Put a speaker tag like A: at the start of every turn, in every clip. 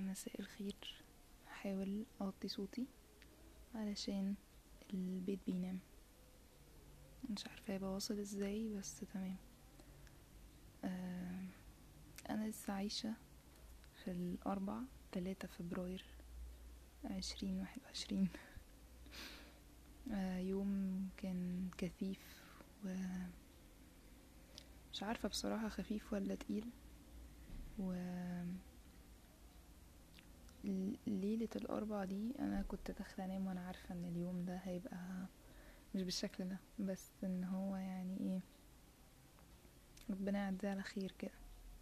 A: مساء الخير. هحاول اوطي صوتي علشان البيت بينام. مش عارفه يبقى واصل ازاي بس تمام. آه انا لسه عايشه في الاربع 3 فبراير 2021. يوم كان كثيف ومش عارفه بصراحه خفيف ولا تقيل. و ليلة الأربع دي أنا كنت داخلة أنام وأنا عارفة إن اليوم ده هيبقى مش بالشكل ده، بس إن هو يعني إيه، ربنا يعدي على خير كده.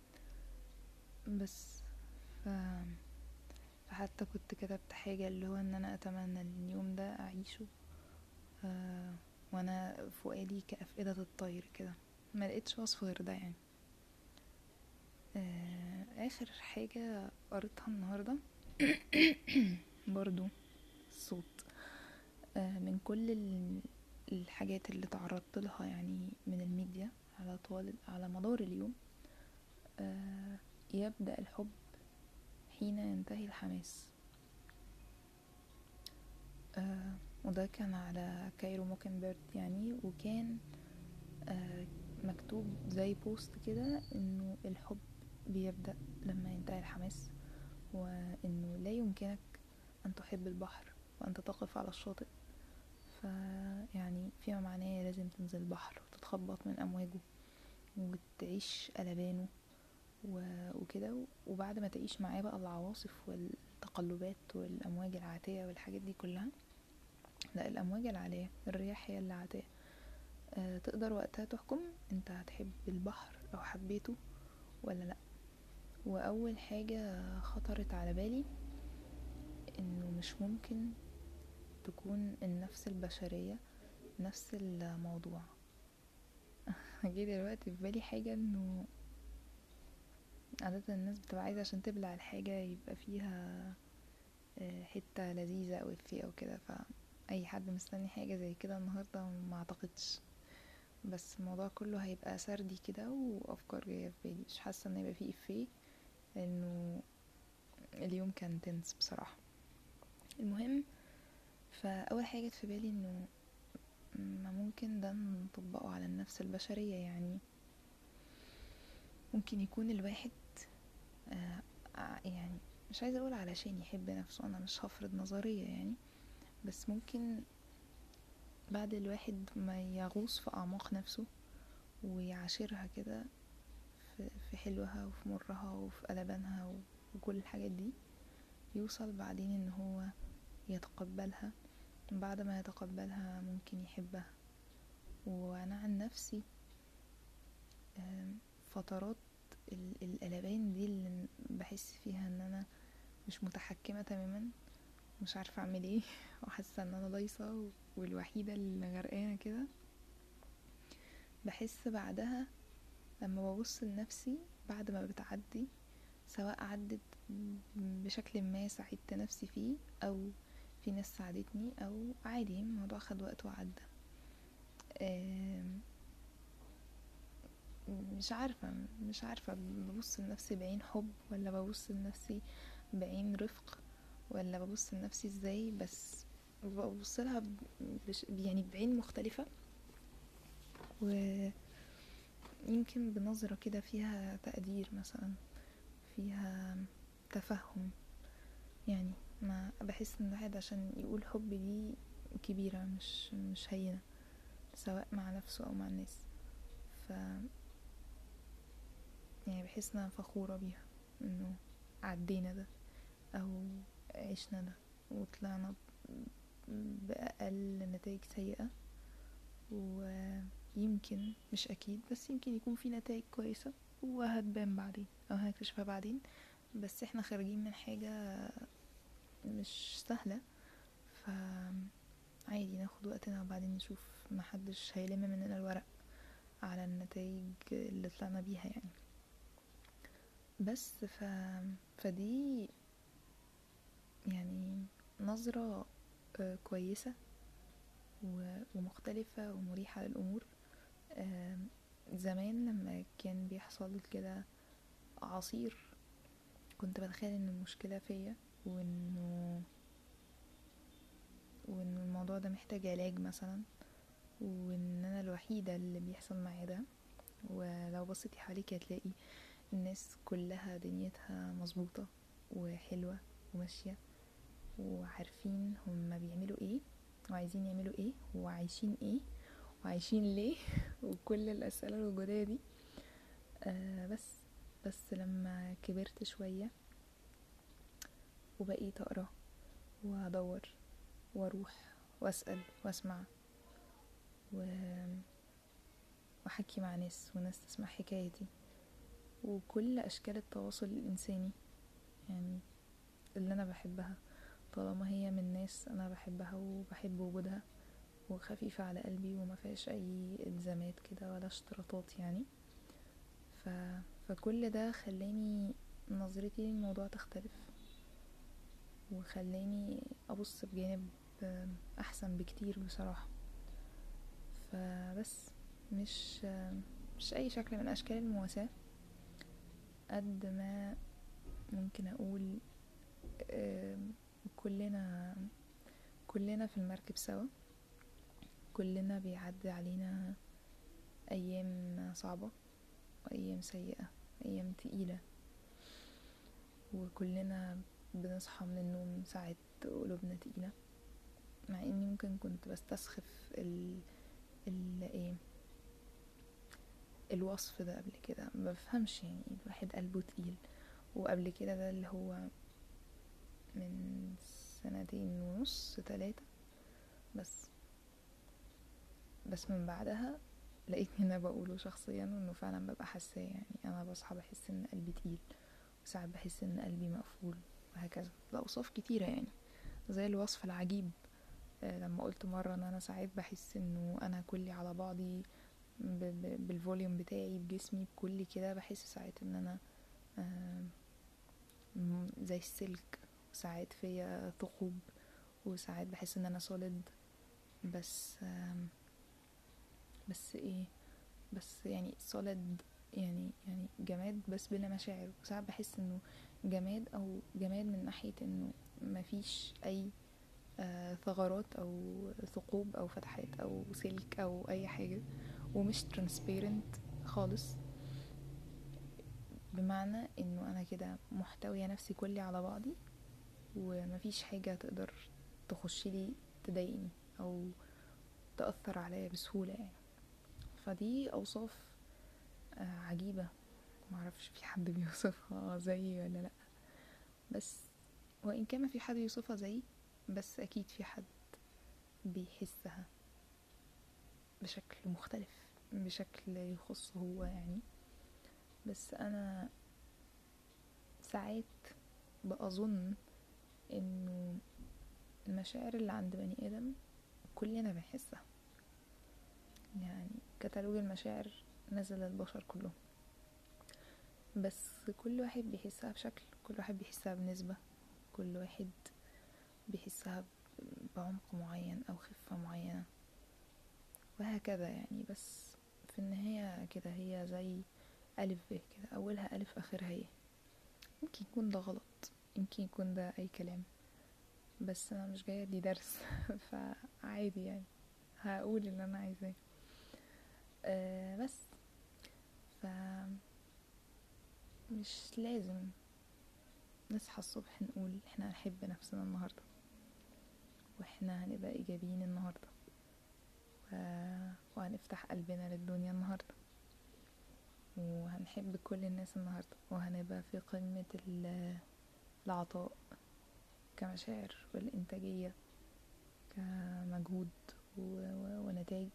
A: بس ف... فحتى كنت كتبت حاجة اللي هو إن أنا أتمنى اليوم ده أعيشه وأنا فؤادي كأفئدة الطير كده. ما لقيتش وصف غير ده يعني. آخر حاجة قريتها النهاردة برضو الصوت من كل الحاجات اللي تعرضت لها يعني من الميديا على مدار اليوم. يبدأ الحب حين ينتهي الحماس. وده كان على كايرو موكنبيرد يعني، وكان مكتوب زي بوست كده انه الحب بيبدأ لما ينتهي الحماس، وانه لا يمكنك ان تحب البحر وانت تقف على الشاطئ. فيعني فيما معناه لازم تنزل البحر وتتخبط من امواجه وتعيش قلبانه وكده، وبعد ما تعيش معاه بقى العواصف والتقلبات والامواج العاتية والحاجات دي كلها، لا، الامواج العالية، الرياح هي اللي عاتية. تقدر وقتها تحكم انت هتحب البحر او حبيته ولا لا. واول حاجة خطرت على بالي انه مش ممكن تكون النفس البشرية نفس الموضوع. جه دلوقتي في بالي حاجة انه عادة الناس بتبقى عايزة عشان تبلع الحاجة يبقى فيها حتة لذيذة او افيه او كده، فأي حد مستني حاجة زي كده النهاردة ما اعتقدش. بس الموضوع كله هيبقى سردي كده وافكار جايه في بالي، مش حاسه ان هيبقى فيه افيه لانه اليوم كان تنس بصراحه. المهم، فاول حاجه جت في بالي انه ما ممكن ده نطبقه على النفس البشريه يعني. ممكن يكون الواحد آه يعني مش عايزه اقول علشان يحب نفسه، انا مش هفرض نظريه يعني، بس ممكن بعد الواحد ما يغوص في اعماق نفسه ويعاشرها كده في حلوها وفي مرها وفي قلبانها وكل الحاجات دي، يوصل بعدين ان هو يتقبلها. بعد ما يتقبلها ممكن يحبها. وانا عن نفسي فترات القلبان دي اللي بحس فيها ان انا مش متحكمة تماما، مش عارفة اعمل ايه وحاسة ان انا ضايصة والوحيدة اللي غرقانة كده، بحس بعدها لما ببص لنفسي بعد ما بتعدي، سواء عدت بشكل ما ساعدت نفسي فيه او في ناس ساعدتني او عادي الموضوع خد وقت وعدى. مش عارفة ببص لنفسي بعين حب ولا ببص لنفسي بعين رفق ولا ببص لنفسي ازاي، بس ببص لها يعني بعين مختلفة، ويمكن بنظرة كده فيها تقدير مثلا، فيها تفهم يعني. ما بحس ان الواحد عشان يقول حب دي كبيرة، مش هينة، سواء مع نفسه او مع الناس. ف يعني بحس ان انا فخورة بيها انه عدينا ده او عشنا ده وطلعنا بأقل نتائج سيئة. ويمكن مش اكيد بس يمكن يكون في نتائج كويسة وهتبان بعدين او هنكتشفها بعدين، بس احنا خارجين من حاجة مش سهلة، فعادي ناخد وقتنا وبعدين نشوف. محدش هيلم مننا الورق على النتائج اللي طلعنا بيها يعني. بس فدي يعني نظرة كويسة ومختلفة ومريحة للأمور. زمان لما كان بيحصل كده عصير كنت بتخيل ان المشكلة فيا، وانه وان الموضوع ده محتاج علاج مثلا، وان انا الوحيدة اللي بيحصل معايا ده. ولو بصيتي حواليك هتلاقي الناس كلها دنيتها مظبوطة وحلوة وماشية، وعارفين هم بيعملوا ايه، وعايزين يعملوا ايه، وعايشين ايه، وعايشين ليه وكل الأسئلة الوجودية دي. بس لما كبرت شوية وبقيت أقرأ وأدور وأروح وأسأل وأسمع وأحكي مع ناس، وناس تسمع حكايتي، وكل أشكال التواصل الإنساني يعني اللي أنا بحبها، طالما هي من ناس أنا بحبها وبحب وجودها وخفيفة على قلبي وما فيهاش أي إلزامات كده ولا اشتراطات يعني. ف... فكل ده خلاني نظرتي للموضوع تختلف، وخلاني أبص بجانب أحسن بكتير بصراحة. فبس مش مش أي شكل من أشكال المواساة، قد ما ممكن أقول كلنا في المركب سوا، كلنا بيعدي علينا أيام صعبة وأيام سيئة، أيام تقيلة، وكلنا بنصحى من النوم ساعات قلوبنا تقيلة. مع اني ممكن كنت بستسخف ايه الوصف ده قبل كده، ما بفهمش يعني الواحد قلبه تقيل. وقبل كده ده اللي هو من 2.5 3 بس من بعدها لقيتني انا بقوله شخصيا، وانه فعلا ببقى حاساه. يعني انا بصحى بحس ان قلبي تقيل، وساعات بحس ان قلبي مقفول، وهكذا. ده اوصاف كتيرة يعني، زي الوصف العجيب لما قلت مرة ان انا ساعات بحس انه انا كلي على بعضي بالفوليوم بتاعي بجسمي بكل كده، بحس ساعات ان انا زي السلك، وساعات فيا ثقوب، وساعات بحس ان انا سوليد. بس بس ايه بس يعني سوليد، يعني جماد بس بلا مشاعر. وساعات بحس انه جماد، او جماد من ناحية انه مفيش اي ثغرات او ثقوب او فتحات او سلك او اي حاجة، ومش ترانسبيرنت خالص، بمعنى انه انا كده محتوية نفسي كلي على بعضي، ومفيش حاجة تقدر تخشلي تضايقني او تأثر عليا بسهولة يعني. فدي اوصاف عجيبة، معرفش في حد بيوصفها زيي ولا لا، بس وان كان ما في حد يوصفها زيي، بس اكيد في حد بيحسها بشكل مختلف، بشكل يخصه هو يعني. بس انا ساعات بأظن انه المشاعر اللي عند بني ادم كلنا بنحسها، يعني كتالوج المشاعر نزل البشر كلهم، بس كل واحد بيحسها بشكل، كل واحد بيحسها بنسبة، كل واحد بيحسها بعمق معين او خفة معينة وهكذا يعني. بس في النهاية كده هي زي ألف ب كده، أولها ألف آخرها هي. يمكن يكون ده غلط، يمكن يكون ده أي كلام، بس أنا مش جاية دي درس فعادي يعني هقول اللي أنا عايزاه. بس مش لازم نصحى الصبح نقول احنا هنحب نفسنا النهاردة، واحنا هنبقى إيجابيين النهاردة، وهنفتح قلبنا للدنيا النهاردة، وهنحب كل الناس النهاردة، وهنبقى في قمة العطاء كمشاعر والإنتاجية كمجهود ونتائج،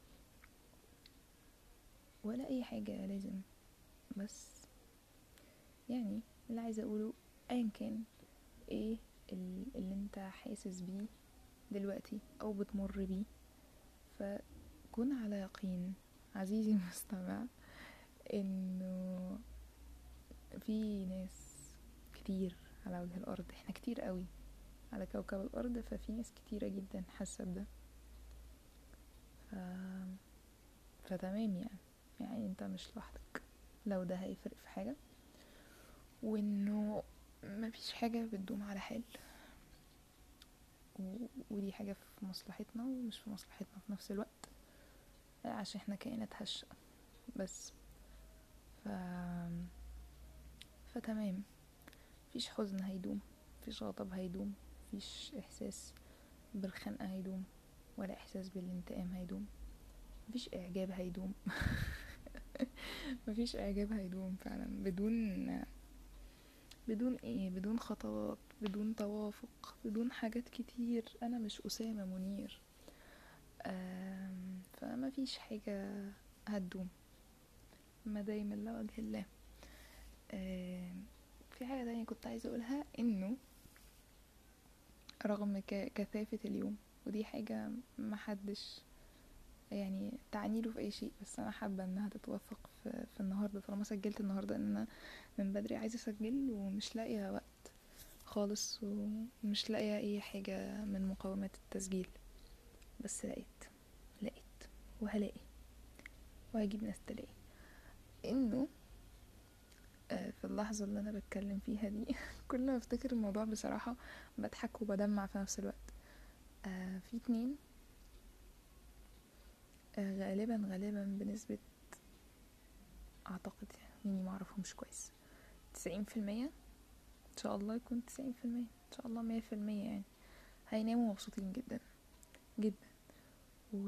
A: ولا أي حاجة لازم. بس يعني اللي عايزة أقوله أيا كان ايه اللي انت حاسس بيه دلوقتي أو بتمر بيه، فكن على يقين عزيزي المستمع انه في ناس كتير على وجه الارض، احنا كتير قوي على كوكب الارض، ففي ناس كتيرة جدا حاسة بده. ف... فتمام يعني انت مش لوحدك لو ده هيفرق في حاجة. وانه مفيش حاجة بتدوم على حال، ودي حاجة في مصلحتنا ومش في مصلحتنا في نفس الوقت، عشان احنا كائنات هشة بس. ف... فتمام، مفيش حزن هيدوم، مفيش غضب هيدوم، مفيش احساس بالخنقة هيدوم، ولا احساس بالانتقام هيدوم، مفيش اعجاب هيدوم. مفيش اعجاب هيدوم فعلا بدون ايه، بدون خطوات، بدون توافق، بدون حاجات كتير. انا مش اسامة منير. فما فيش حاجة هتدوم ما دايم الا وجه الله. في حاجة تانية كنت عايزة اقولها، انه رغم كثافة اليوم، ودي حاجة محدش يعني تعني له في اي شيء، بس انا حابة انها تتوثق في النهاردة، طالما سجلت النهاردة، ان انا من بدري عايزة اسجل ومش لاقية وقت خالص، ومش لاقية اي حاجة من مقومات التسجيل، بس لقيت وهلاقي وهجيب ناس تلاقي انه في اللحظة اللي انا بتكلم فيها دي كل ما افتكر الموضوع بصراحة بضحك وبدمع في نفس الوقت. في اتنين غالبا بنسبة، اعتقد يعني معرفهمش كويس، 90% ان شاء الله، يكون 90% ان شاء الله، 100% يعني، هيناموا مبسوطين جدا جدا. و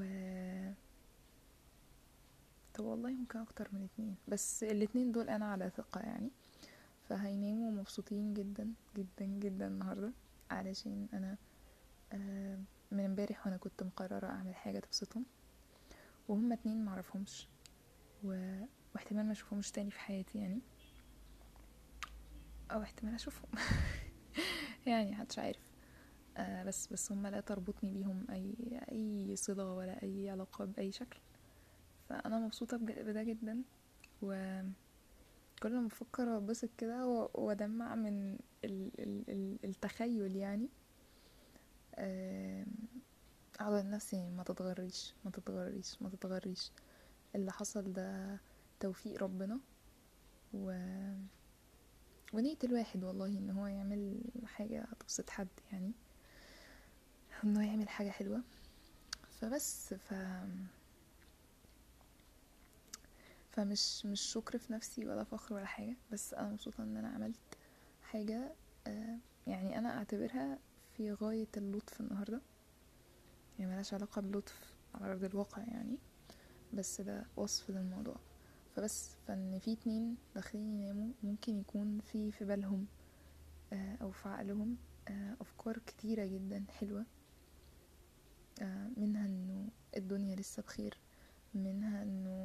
A: طب والله ممكن اكتر من اتنين، بس الاتنين دول انا على ثقة يعني، فهيناموا مبسوطين جدا جدا جدا النهاردة، علشان انا من امبارح وانا كنت مقررة اعمل حاجة تبسطهم، وهما اتنين معرفهمش، واحتمال ما اشوفهمش تاني في حياتي يعني، او احتمال اشوفهم. يعني محدش عارف. بس هما لا تربطني بيهم اي صلة ولا اي علاقة باي شكل، فانا مبسوطة بده جدا. وكل ما بفكر ابسط كده وادمع من التخيل يعني، اقعد نفسي ما تتغريش ما تتغريش ما تتغريش، اللي حصل ده توفيق ربنا، ونية الواحد والله ان هو يعمل حاجة تبسط حد يعني، انه يعمل حاجة حلوة. فبس فمش شكر في نفسي ولا فخر ولا حاجة، بس انا مبسوطة ان انا عملت حاجة يعني انا اعتبرها في غاية اللطف النهاردة، يعني ملهاش علاقة بلطف على ارض الواقع يعني، بس ده وصف للموضوع. فان في اتنين داخلين يناموا، ممكن يكون في بالهم او في عقلهم افكار كتيرة جدا حلوة، منها انه الدنيا لسه بخير، منها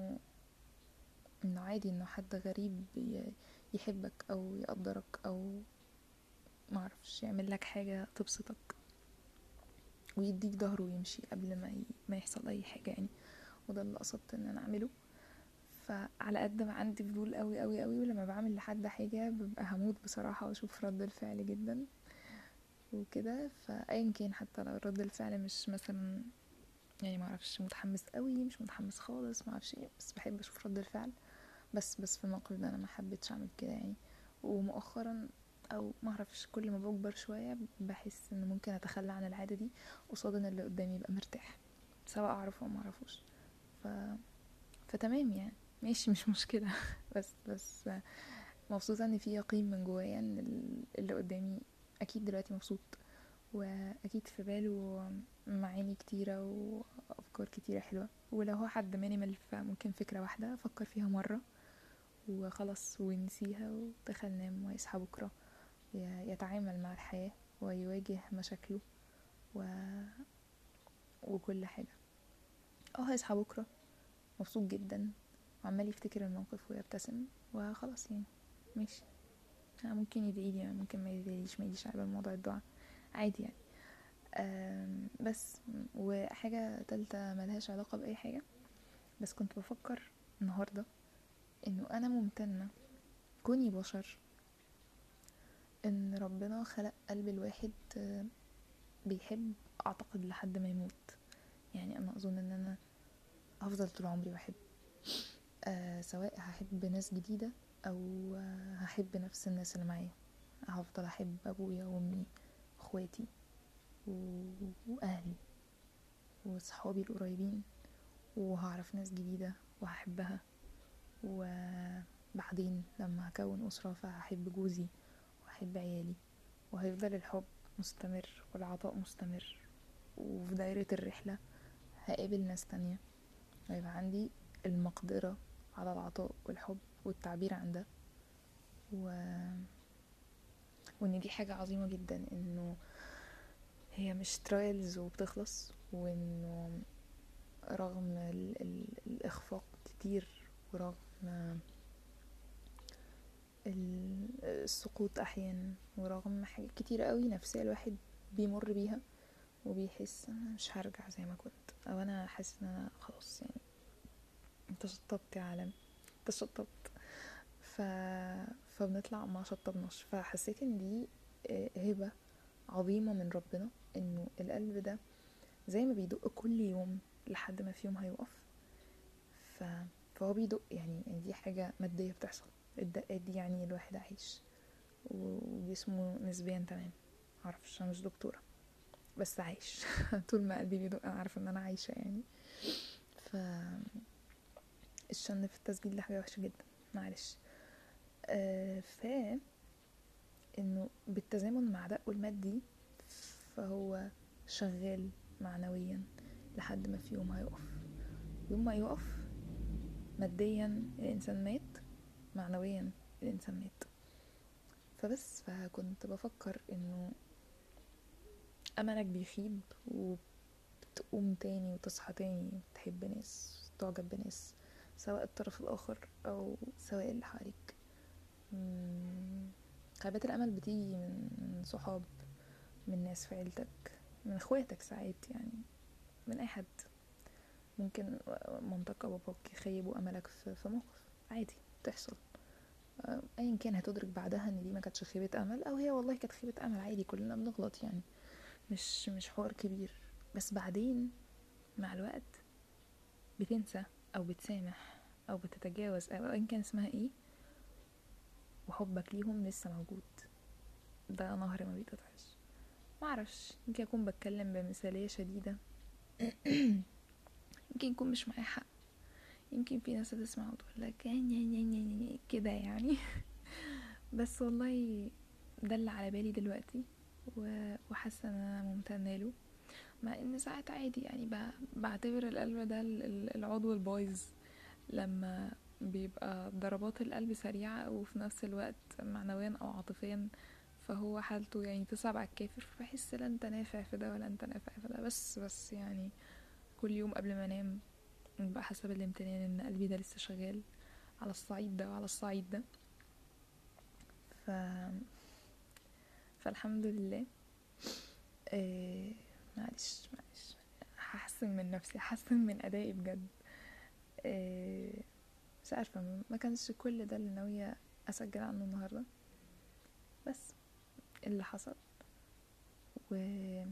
A: انه عادي انه حد غريب يحبك او يقدرك او معرفش يعمل لك حاجة تبسطك ويديك ظهره ويمشي قبل ما يحصل اي حاجة يعني. وده اللي قصدت ان انا اعمله. فعلى قد ما عندي فضول قوي قوي قوي، ولما بعمل لحد حاجة ببقى هموت بصراحة واشوف رد الفعل جدا وكده، فايا كان حتى لو رد الفعل مش مثلا يعني معرفش متحمس قوي، مش متحمس خالص، معرفش ايه، بس بحب اشوف رد الفعل. بس في الموقف ده انا ما حبيتش اعمل كده يعني. ومؤخرا او معرفش كل ما بكبر شويه بحس ان ممكن اتخلى عن العاده دي قصاد ان اللي قدامي يبقى مرتاح، سواء اعرفه او ما اعرفوش. ف... فتمام يعني، ماشي مش مشكله. بس مبسوطه ان في يقين من جوايا ان اللي قدامي اكيد دلوقتي مبسوط، واكيد في باله معاني كتيره وافكار كتيره حلوه، ولو هو حد مينيمال فممكن فكره واحده فكر فيها مره وخلاص ونسيها ودخل نام، ويصحى بكرة يتعامل مع الحياة ويواجه مشاكله و... وكل حاجة. هيصحى بكرة مبسوط جدا وعمال يفتكر الموقف ويبتسم وخلاص يعني، ماشي. ممكن يدعيلي، ممكن ما يدعيليش، ما يجيش على الموضوع الدعاء عادي يعني. بس وحاجة تالتة ملهاش علاقة بأي حاجة، بس كنت بفكر النهاردة انه انا ممتنة كوني بشر، ان ربنا خلق قلب الواحد بيحب، اعتقد لحد ما يموت. يعني انا اظن ان انا هفضل طول عمري بحب، سواء هحب ناس جديدة او هحب نفس الناس اللي معايا، هفضل احب ابويا وامي واخواتي واهلي وصحابي القريبين، وهعرف ناس جديدة وهحبها. وبعدين لما هكون أسرة فهحب جوزي وهحب عيالي، وهيفضل الحب مستمر والعطاء مستمر، وفي دايرة الرحلة هقابل ناس تانية، ويبقى عندي المقدرة على العطاء والحب والتعبير عن ده. وان دي حاجة عظيمة جدا، انه هي مش ترايلز وبتخلص، وانه رغم الإخفاق كتير، ورغم السقوط أحيانا، ورغم حاجات كتير قوي نفسية الواحد بيمر بيها وبيحس أنا مش هرجع زي ما كنت، أو أنا حاسس أن أنا خلاص يعني انت شطبت يا عالم، انت شطبت. فبنطلع ما شطبناش. فحسيت ان دي هبة عظيمة من ربنا، انه القلب ده زي ما بيدق كل يوم لحد ما في يوم هيوقف، فهو بيدق يعني دي حاجة مادية بتحصل. الدقات دي يعني الواحد عايش وجسمه نسبيا تمام، معرفش انا مش دكتورة بس عايش. طول ما قلبي بيدق انا عارفة ان انا عايشة يعني. الشن في التسجيل ده حاجة وحشة جدا، معلش. انه بالتزامن مع دقه المادي فهو شغال معنويا لحد ما في يوم هيقف. يوم ما يقف ماديا الانسان مات، معنويا الانسان مات. فكنت بفكر انه املك بيخيب وبتقوم تاني وتصحى تاني، تحب ناس، تعجب بناس، سواء الطرف الاخر او سواء اللي حواليك. خيبات الامل بتيجي من صحاب، من ناس في عيلتك، من اخواتك ساعات يعني، من اي حد. ممكن مامتك او باباك يخيبوا املك في موقف عادي تحصل، ايا كان هتدرك بعدها ان دي ما كانتش خيبة امل، او هي والله كانت خيبة امل، عادي كلنا بنغلط يعني، مش حوار كبير. بس بعدين مع الوقت بتنسى او بتسامح او بتتجاوز او ايا كان اسمها ايه، وحبك ليهم لسه موجود. ده نهر ما بيتقطعش. معرفش، يمكن اكون بتكلم بمثالية شديدة، يمكن يكون مش معايا حق، يمكن في ناس هتسمع وتقول لك كده يعني. بس والله ده اللي على بالي دلوقتي، وحاسه ان انا ممتنه له، مع ان ساعات عادي يعني بعتبر القلب ده العضو البايظ، لما بيبقى ضربات القلب سريعة وفي نفس الوقت معنويا او عاطفيا فهو حالته يعني تصعب على الكافر، فبحس لا انت نافع في ده ولا انت نافع في ده. بس يعني كل يوم قبل ما انام بقى حسب الامتنان ان قلبي ده لسه شغال على الصعيد ده وعلى الصعيد ده. ف... فالحمد لله. معلش هحسن من نفسي، هحسن من ادائي بجد. مش عارفه، ما كانش كل ده اللي ناويه اسجل عنه النهارده، بس اللي حصل. واتمنى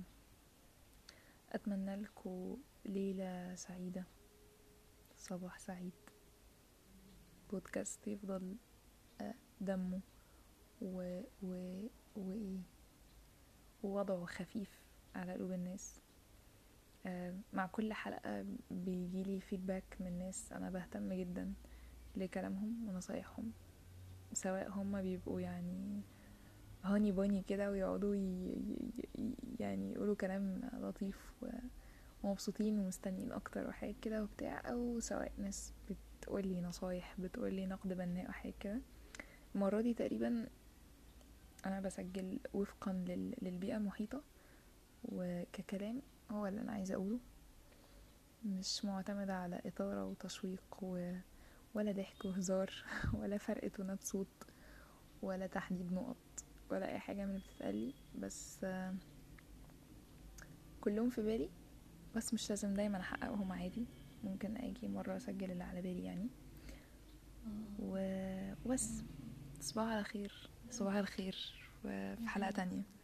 A: لكم ليله سعيده، صباح سعيد، بودكاست يفضل دمه و و وايه ووضعه خفيف على قلوب الناس. مع كل حلقة بيجيلي فيدباك من ناس أنا بهتم جدا لكلامهم ونصايحهم، سواء هم بيبقوا يعني هاني باني كده ويقعدوا يعني يقولوا كلام لطيف ومبسوطين ومستنيين أكتر وحاجات كده وبتاع، أو سواء ناس بتقولي نصايح، بتقولي نقد بناء وحاجات كده. المرة دي تقريبا أنا بسجل وفقا للبيئة المحيطة، وككلام هو اللي أنا عايزة أقوله، مش معتمدة على إثارة وتشويق ولا ضحك وهزار ولا فرق تونات صوت ولا تحديد نقط ولا أي حاجة من اللي بتتقالي. بس كلهم في بالي، بس مش لازم دايما أحققهم، عادي ممكن أجي مرة أسجل اللي على بالي يعني. وبس. صباح على خير، صباح الخير، وفي حلقة تانية.